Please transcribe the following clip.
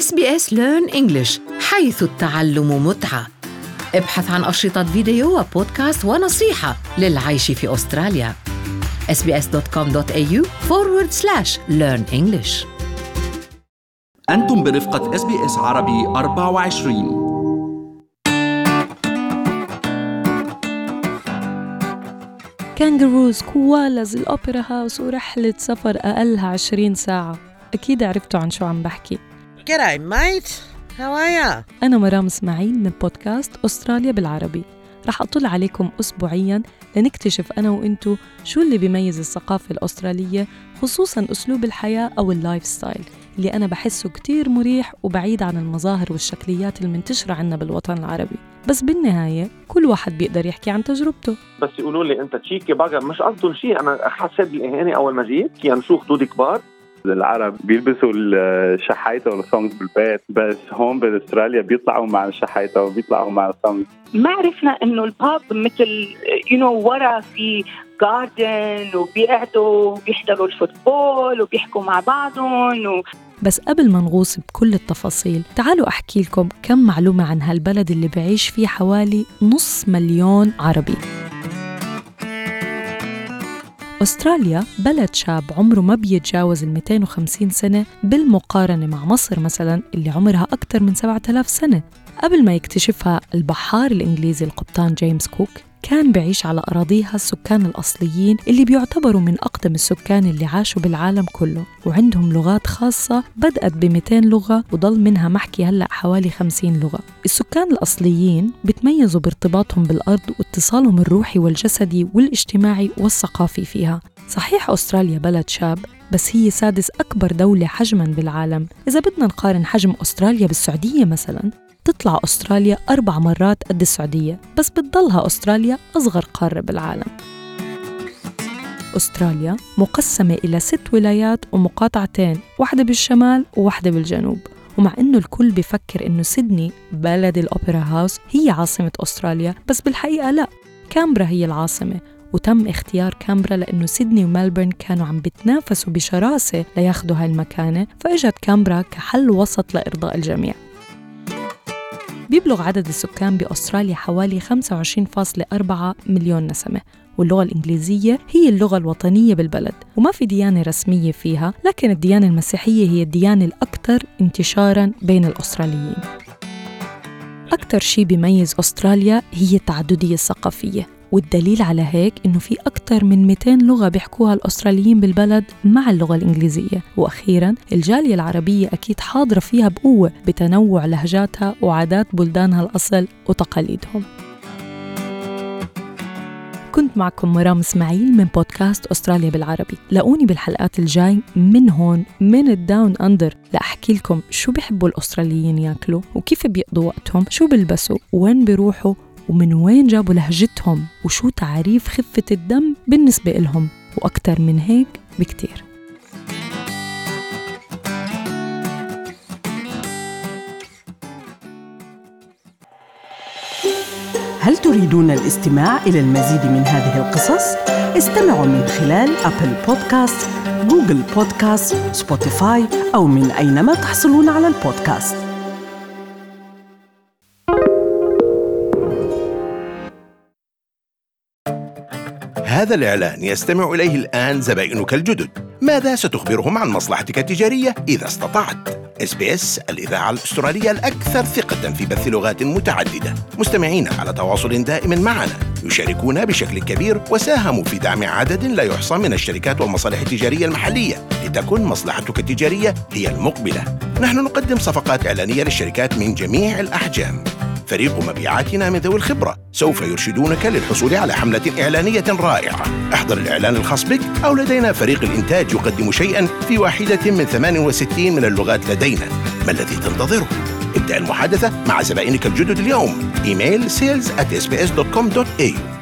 SBS Learn English، حيث التعلم متعة. ابحث عن أشرطة فيديو وبودكاست ونصيحة للعيش في أستراليا. sbs.com.au/learn English. أنتم برفقة SBS عربي 24. كانجروز، كوالز، الأوبرا هاوس ورحلة سفر أقلها 20 ساعة. أكيد عرفتوا عن شو عم بحكي. G'day mate, how are ya? أنا مرام إسماعيل من بودكاست أستراليا بالعربي. رح أطل عليكم أسبوعياً لنكتشف أنا وإنتو شو اللي بيميز الثقافة الأسترالية، خصوصاً أسلوب الحياة أو اللايف ستايل اللي أنا بحسه كتير مريح وبعيد عن المظاهر والشكليات المنتشرة عنا بالوطن العربي. بس بالنهاية كل واحد بيقدر يحكي عن تجربته. بس يقولوا لي أنت تشيكي بقى، مش قصدهم شيء، أنا حسيت بالإهانة أول ما جيت، يعني شو خدود كبار. العرب بيلبسوا الشحايطة والصمغ بالبيت، بس هون باستراليا بيطلعوا مع الشحايطة وبيطلعوا مع الصمغ. ما عرفنا إنه الباب مثل ورا في جاردن وبيقعدوا وبيحضروا الفوتبول وبيحكوا مع بعضهم بس قبل ما نغوص بكل التفاصيل، تعالوا أحكي لكم كم معلومة عن هالبلد اللي بعيش فيه حوالي 500,000 عربي. أستراليا بلد شاب عمره ما بيتجاوز 250 سنة بالمقارنة مع مصر مثلاً اللي عمرها أكثر من 7000 سنة. قبل ما يكتشفها البحار الإنجليزي القبطان جيمس كوك، كان بعيش على أراضيها السكان الأصليين اللي بيعتبروا من أقدم السكان اللي عاشوا بالعالم كله، وعندهم لغات خاصة بدأت ب200 لغة وضل منها محكي هلأ حوالي 50 لغة. السكان الأصليين بتميزوا بارتباطهم بالأرض واتصالهم الروحي والجسدي والاجتماعي والثقافي فيها. صحيح أستراليا بلد شاب، بس هي سادس أكبر دولة حجماً بالعالم. إذا بدنا نقارن حجم أستراليا بالسعودية مثلاً، تطلع أستراليا 4 مرات قد السعودية، بس بتضلها أستراليا أصغر قارة بالعالم. أستراليا مقسمة إلى 6 ولايات ومقاطعتين، واحدة بالشمال وواحدة بالجنوب. ومع إنه الكل بيفكر إنه سيدني بلد الأوبرا هاوس هي عاصمة أستراليا، بس بالحقيقة لا، كامبرا هي العاصمة. وتم اختيار كامبرا لأنه سيدني وملبورن كانوا عم بيتنافسوا بشراسة لياخدوا هاي المكانة، فإجت كامبرا كحل وسط لإرضاء الجميع. بيبلغ عدد السكان بأستراليا حوالي 25.4 مليون نسمة، واللغة الإنجليزية هي اللغة الوطنية بالبلد، وما في ديانة رسمية فيها، لكن الديانة المسيحية هي الديانة الأكثر انتشاراً بين الأستراليين. أكثر شيء بيميز أستراليا هي التعددية الثقافية، والدليل على هيك إنه في أكثر من 200 لغة بيحكوها الأستراليين بالبلد مع اللغة الإنجليزية. وأخيراً الجالية العربية أكيد حاضرة فيها بقوة بتنوع لهجاتها وعادات بلدانها الأصل وتقاليدهم. كنت معكم مرام إسماعيل من بودكاست أستراليا بالعربي. لاقوني بالحلقات الجاي من هون من الداون أندر لأحكي لكم شو بيحبوا الأستراليين ياكلوا وكيف بيقضوا وقتهم، شو بيلبسوا وين بيروحوا ومن وين جابوا لهجتهم، وشو تعريف خفة الدم بالنسبة لهم، وأكتر من هيك بكتير. هل تريدون الاستماع إلى المزيد من هذه القصص؟ استمعوا من خلال أبل بودكاست، جوجل بودكاست، سبوتيفاي أو من أينما تحصلون على البودكاست. هذا الإعلان يستمع إليه الآن زبائنك الجدد. ماذا ستخبرهم عن مصلحتك التجارية إذا استطعت؟ SBS الإذاعة الأسترالية الأكثر ثقة في بث لغات متعددة. مستمعين على تواصل دائم معنا، يشاركون بشكل كبير وساهموا في دعم عدد لا يحصى من الشركات والمصالح التجارية المحلية لتكن مصلحتك التجارية هي المقبلة. نحن نقدم صفقات إعلانية للشركات من جميع الأحجام. فريق مبيعاتنا من ذوي الخبرة سوف يرشدونك للحصول على حملة إعلانية رائعة. احضر الإعلان الخاص بك، أو لدينا فريق الإنتاج يقدم شيئا في واحدة من 68 من اللغات لدينا. ما الذي تنتظره؟ ابدأ المحادثة مع زبائنك الجدد اليوم. إيميل sales@sbs.com.au.